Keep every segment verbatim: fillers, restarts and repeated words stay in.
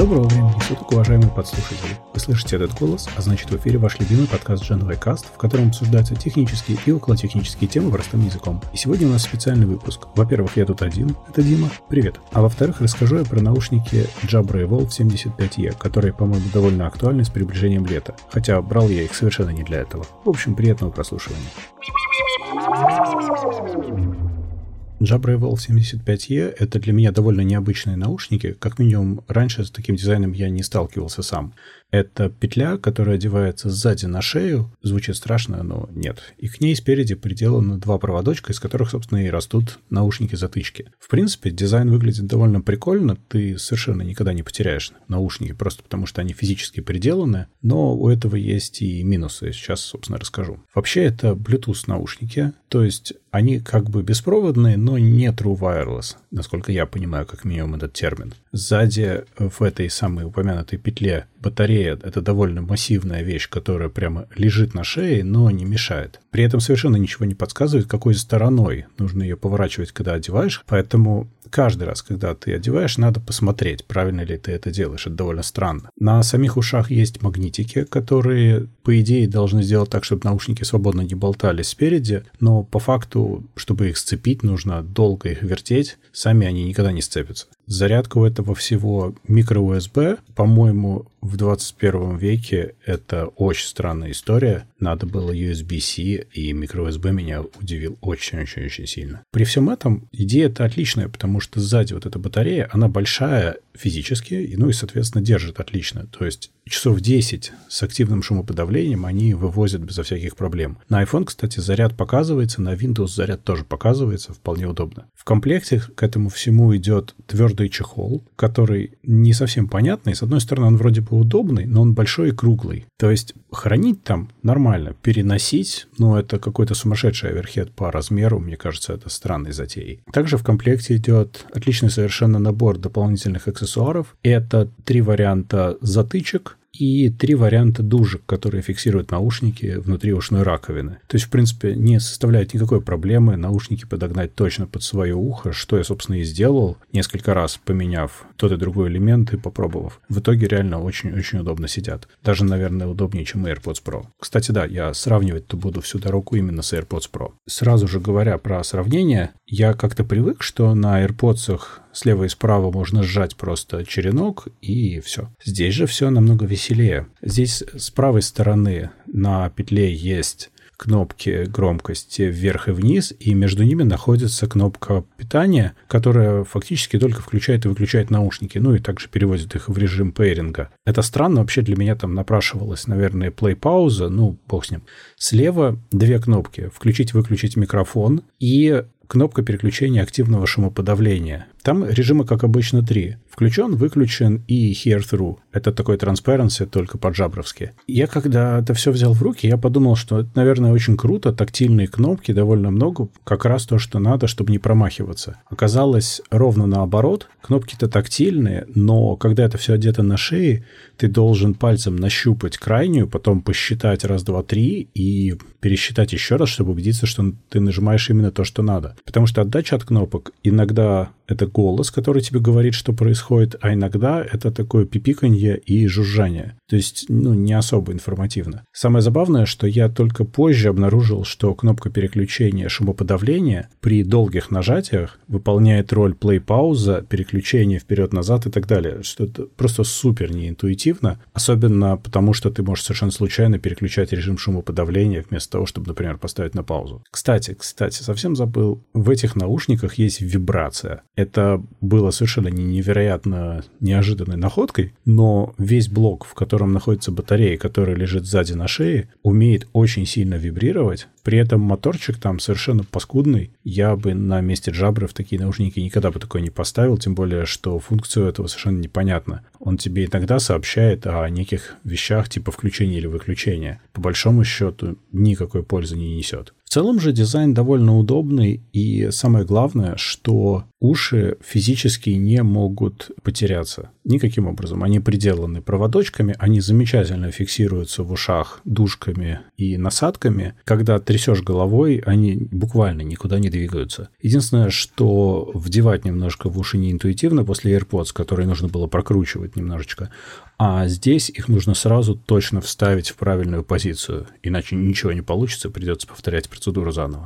Доброго времени суток, уважаемые подслушатели. Вы слышите этот голос, а значит в эфире ваш любимый подкаст GenWaycast, в котором обсуждаются технические и околотехнические темы простым языком. И сегодня у нас специальный выпуск. Во-первых, я тут один, это Дима, привет. А во-вторых, расскажу я про наушники Jabra Evolve семьдесят пять и, которые, по-моему, довольно актуальны с приближением лета. Хотя брал я их совершенно не для этого. В общем, приятного прослушивания. Jabra Evolve семьдесят пять и — это для меня довольно необычные наушники. Как минимум, раньше с таким дизайном я не сталкивался сам. Это петля, которая одевается сзади на шею. Звучит страшно, но нет. И к ней спереди приделаны два проводочка, из которых, собственно, и растут наушники-затычки. В принципе, дизайн выглядит довольно прикольно. Ты совершенно никогда не потеряешь наушники, просто потому что они физически приделаны. Но у этого есть и минусы. Сейчас, собственно, расскажу. Вообще, это Bluetooth-наушники. То есть они как бы беспроводные, но не True Wireless, насколько я понимаю, как минимум этот термин. Сзади в этой самой упомянутой петле батарея — это довольно массивная вещь, которая прямо лежит на шее, но не мешает. При этом совершенно ничего не подсказывает, какой стороной нужно ее поворачивать, когда одеваешь. Поэтому каждый раз, когда ты одеваешь, надо посмотреть, правильно ли ты это делаешь. Это довольно странно. На самих ушах есть магнитики, которые, по идее, должны сделать так, чтобы наушники свободно не болтались спереди, но по факту, чтобы их сцепить, нужно долго их вертеть. Сами они никогда не сцепятся. Зарядка у этого всего микро-ю эс би. По-моему, в двадцать первом веке это очень странная история. Надо было ю эс би-C, и микро-ю эс би меня удивил очень-очень-очень сильно. При всем этом идея-то отличная, потому что сзади вот эта батарея, она большая физически, ну и, соответственно, держит отлично. То есть часов десять с активным шумоподавлением они вывозят безо всяких проблем. На iPhone, кстати, заряд показывается, на Windows заряд тоже показывается, вполне удобно. В комплекте к этому всему идет твердый чехол, который не совсем понятный. С одной стороны, он вроде бы удобный, но он большой и круглый. То есть хранить там нормально, переносить, ну, это какой-то сумасшедший оверхед по размеру, мне кажется, это странной затеей. Также в комплекте идет отличный совершенно набор дополнительных аксессуаров. Это три варианта затычек и три варианта дужек, которые фиксируют наушники внутри ушной раковины. То есть, в принципе, не составляет никакой проблемы наушники подогнать точно под свое ухо, что я, собственно, и сделал, несколько раз поменяв тот и другой элемент и попробовав. В итоге реально очень-очень удобно сидят. Даже, наверное, удобнее, чем AirPods Pro. Кстати, да, я сравнивать-то буду всю дорогу именно с AirPods Pro. Сразу же говоря про сравнение, я как-то привык, что на AirPods слева и справа можно сжать просто черенок, и все. Здесь же все намного веселее. Здесь с правой стороны на петле есть кнопки громкости вверх и вниз, и между ними находится кнопка питания, которая фактически только включает и выключает наушники, ну и также переводит их в режим пейринга. Это странно, вообще для меня там напрашивалась, наверное, плей-пауза, ну, бог с ним. Слева две кнопки: включить-выключить микрофон и кнопка переключения активного шумоподавления. Там режимы, как обычно, три. Включен, выключен и hear through. Это такой transparency, только по-джабровски. Я когда это все взял в руки, я подумал, что это, наверное, очень круто. Тактильные кнопки довольно много. Как раз то, что надо, чтобы не промахиваться. Оказалось ровно наоборот. Кнопки-то тактильные, но когда это все одето на шее, ты должен пальцем нащупать крайнюю, потом посчитать раз, два, три и пересчитать еще раз, чтобы убедиться, что ты нажимаешь именно то, что надо. Потому что отдача от кнопок иногда это голос, который тебе говорит, что происходит, а иногда это такое пипиканье и жужжание. То есть, ну, не особо информативно. Самое забавное, что я только позже обнаружил, что кнопка переключения шумоподавления при долгих нажатиях выполняет роль плей-пауза, переключения вперед-назад и так далее. Что это просто супер неинтуитивно. Особенно потому, что ты можешь совершенно случайно переключать режим шумоподавления вместо того, чтобы, например, поставить на паузу. Кстати, кстати, совсем забыл. В этих наушниках есть вибрация. Это было совершенно невероятно неожиданной находкой, но весь блок, в котором находится батарея, которая лежит сзади на шее, умеет очень сильно вибрировать. При этом моторчик там совершенно паскудный. Я бы на месте Jabra в такие наушники никогда бы такое не поставил, тем более, что функцию этого совершенно непонятно. Он тебе иногда сообщает о неких вещах типа включения или выключения. По большому счету никакой пользы не несет. В целом же дизайн довольно удобный, и самое главное, что уши физически не могут потеряться никаким образом. Они приделаны проводочками, они замечательно фиксируются в ушах дужками и насадками. Когда трясешь головой, они буквально никуда не двигаются. Единственное, что вдевать немножко в уши неинтуитивно после AirPods, которые нужно было прокручивать немножечко, а здесь их нужно сразу точно вставить в правильную позицию, иначе ничего не получится, придется повторять процедуру заново.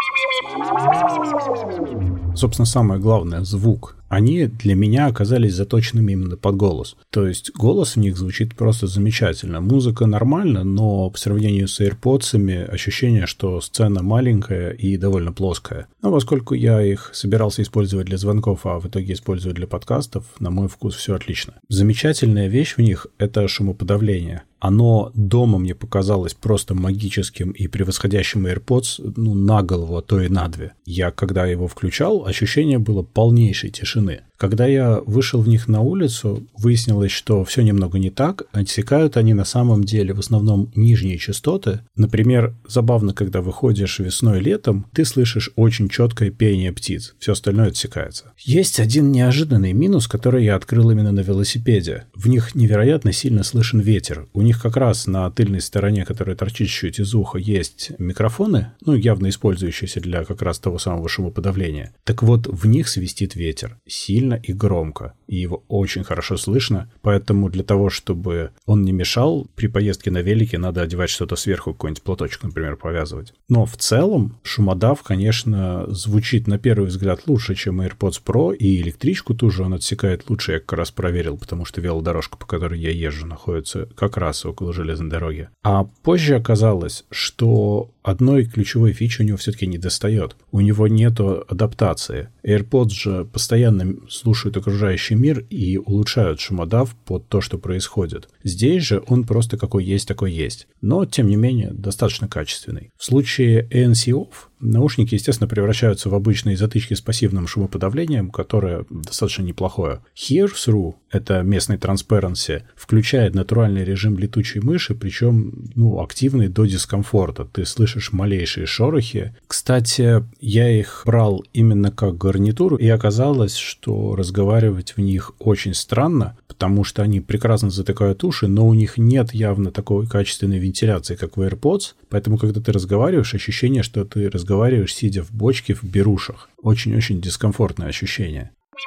Собственно, самое главное — звук. Они для меня оказались заточенными именно под голос. То есть голос в них звучит просто замечательно. Музыка нормально, но по сравнению с AirPods'ами ощущение, что сцена маленькая и довольно плоская. Но поскольку я их собирался использовать для звонков, а в итоге использую для подкастов, на мой вкус все отлично. Замечательная вещь в них — это шумоподавление. Оно дома мне показалось просто магическим и превосходящим AirPods, ну, на голову, а то и на две. Я, когда его включал, ощущение было полнейшей тишины. Когда я вышел в них на улицу, выяснилось, что все немного не так. Отсекают они на самом деле в основном нижние частоты. Например, забавно, когда выходишь весной-летом, ты слышишь очень четкое пение птиц. Все остальное отсекается. Есть один неожиданный минус, который я открыл именно на велосипеде. В них невероятно сильно слышен ветер. У них как раз на тыльной стороне, которая торчит чуть из уха, есть микрофоны, ну, явно использующиеся для как раз того самого шумоподавления. Так вот, в них свистит ветер. Сильно и громко, и его очень хорошо слышно, поэтому для того, чтобы он не мешал, при поездке на велике надо одевать что-то сверху, какой-нибудь платочек, например, повязывать. Но в целом шумодав, конечно, звучит на первый взгляд лучше, чем AirPods Pro, и электричку ту же он отсекает лучше, я как раз проверил, потому что велодорожка, по которой я езжу, находится как раз около железной дороги. А позже оказалось, что одной ключевой фичи у него все-таки не достает. У него нету адаптации. AirPods же постоянно слушают окружающий мир и улучшают шумодав под то, что происходит. Здесь же он просто какой есть, такой есть. Но, тем не менее, достаточно качественный. В случае эй эн си офф наушники, естественно, превращаются в обычные затычки с пассивным шумоподавлением, которое достаточно неплохое. Hear Through, это местный Transparency, включает натуральный режим летучей мыши, причем, ну, активный до дискомфорта. Ты слышишь малейшие шорохи. Кстати, я их брал именно как гарнитуру, и оказалось, что разговаривать в них очень странно, потому что они прекрасно затыкают уши, но у них нет явно такой качественной вентиляции, как в AirPods, поэтому, когда ты разговариваешь, ощущение, что ты разговариваешь, сидя в бочке в берушах. Очень-очень дискомфортное ощущение.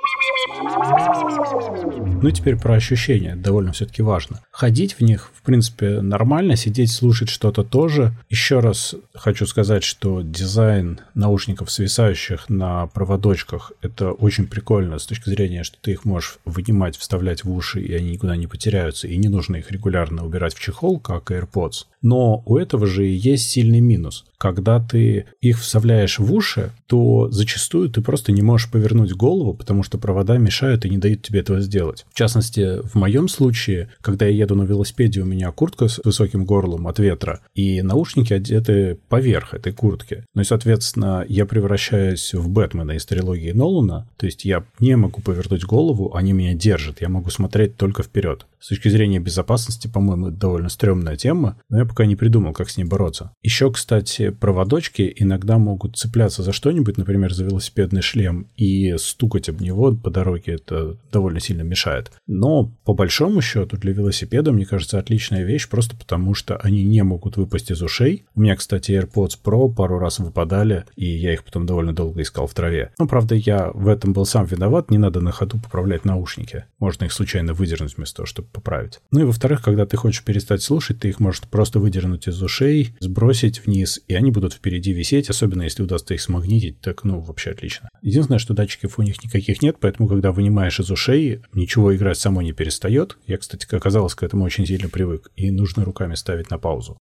Ну и теперь про ощущения, довольно все-таки важно. Ходить в них, в принципе, нормально, сидеть, слушать что-то тоже. Еще раз хочу сказать, что дизайн наушников, свисающих на проводочках, это очень прикольно с точки зрения, что ты их можешь вынимать, вставлять в уши, и они никуда не потеряются, и не нужно их регулярно убирать в чехол, как AirPods. Но у этого же и есть сильный минус. Когда ты их вставляешь в уши, то зачастую ты просто не можешь повернуть голову, потому что провода мешают и не дают тебе этого сделать. В частности, в моем случае, когда я еду на велосипеде, у меня куртка с высоким горлом от ветра, и наушники одеты поверх этой куртки. Ну и, соответственно, я превращаюсь в Бэтмена из трилогии Нолана, то есть я не могу повернуть голову, они меня держат, я могу смотреть только вперед. С точки зрения безопасности, по-моему, это довольно стрёмная тема, но я пока не придумал, как с ней бороться. Еще, кстати, проводочки иногда могут цепляться за что-нибудь, например, за велосипедный шлем, и стукать об него по дороге это довольно сильно мешает. Но, по большому счету, для велосипеда, мне кажется, отличная вещь, просто потому что они не могут выпасть из ушей. У меня, кстати, AirPods Pro пару раз выпадали, и я их потом довольно долго искал в траве. Но, правда, я в этом был сам виноват, не надо на ходу поправлять наушники. Можно их случайно выдернуть вместо того, чтобы поправить. Ну и, во-вторых, когда ты хочешь перестать слушать, ты их можешь просто выдернуть из ушей, сбросить вниз, и они будут впереди висеть, особенно если удастся их смагнитить, так, ну, вообще отлично. Единственное, что датчиков у них никаких нет, поэтому, когда вынимаешь из ушей, ничего играть само не перестает. Я, кстати, оказалось, к этому очень сильно привык, и нужно руками ставить на паузу.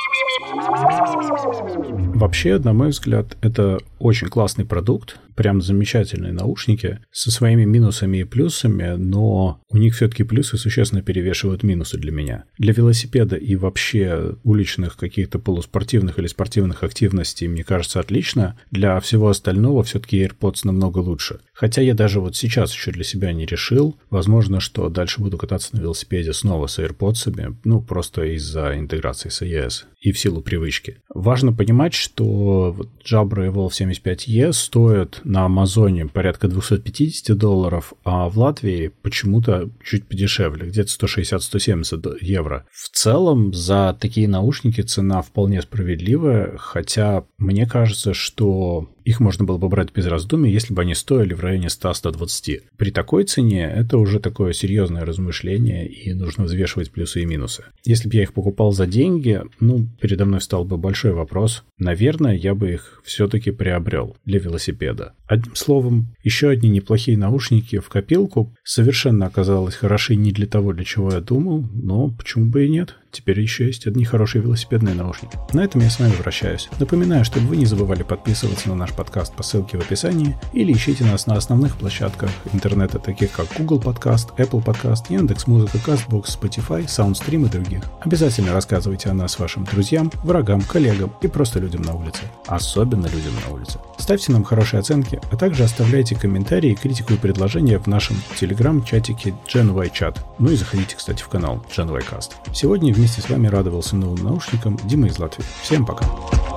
Вообще, на мой взгляд, это очень классный продукт, прям замечательные наушники со своими минусами и плюсами, но у них все-таки плюсы существенно перевешивают минусы для меня. Для велосипеда и вообще уличных каких-то полуспортивных или спортивных активностей, мне кажется, отлично. Для всего остального все-таки AirPods намного лучше. Хотя я даже вот сейчас еще для себя не решил. Возможно, что дальше буду кататься на велосипеде снова с AirPods'ами, ну, просто из-за интеграции с ай о эс. и в силу привычки. Важно понимать, что вот Jabra Evolve семьдесят пять и стоит на Амазоне порядка двести пятьдесят долларов, а в Латвии почему-то чуть подешевле, где-то сто шестьдесят - сто семьдесят евро. В целом, за такие наушники цена вполне справедливая, хотя мне кажется, что их можно было бы брать без раздумий, если бы они стоили в районе сто - сто двадцать. При такой цене это уже такое серьезное размышление, и нужно взвешивать плюсы и минусы. Если бы я их покупал за деньги, ну, передо мной встал бы большой вопрос. Наверное, я бы их все-таки приобрел для велосипеда. Одним словом, еще одни неплохие наушники в копилку. Совершенно оказалось хороши не для того, для чего я думал, но почему бы и нет. Теперь еще есть одни хорошие велосипедные наушники. На этом я с вами прощаюсь. Напоминаю, чтобы вы не забывали подписываться на наш подкаст по ссылке в описании или ищите нас на основных площадках интернета, таких как Google Podcast, Apple Podcast, Яндекс.Музыка, Castbox, Spotify, Soundstream и других. Обязательно рассказывайте о нас вашим друзьям, врагам, коллегам и просто людям на улице. Особенно людям на улице. Ставьте нам хорошие оценки, а также оставляйте комментарии, критику и предложения в нашем телеграм-чатике GenYChat. Ну и заходите, кстати, в канал GenYcast. Сегодня вместе с вами радовался новым наушникам Дима из Латвии. Всем пока!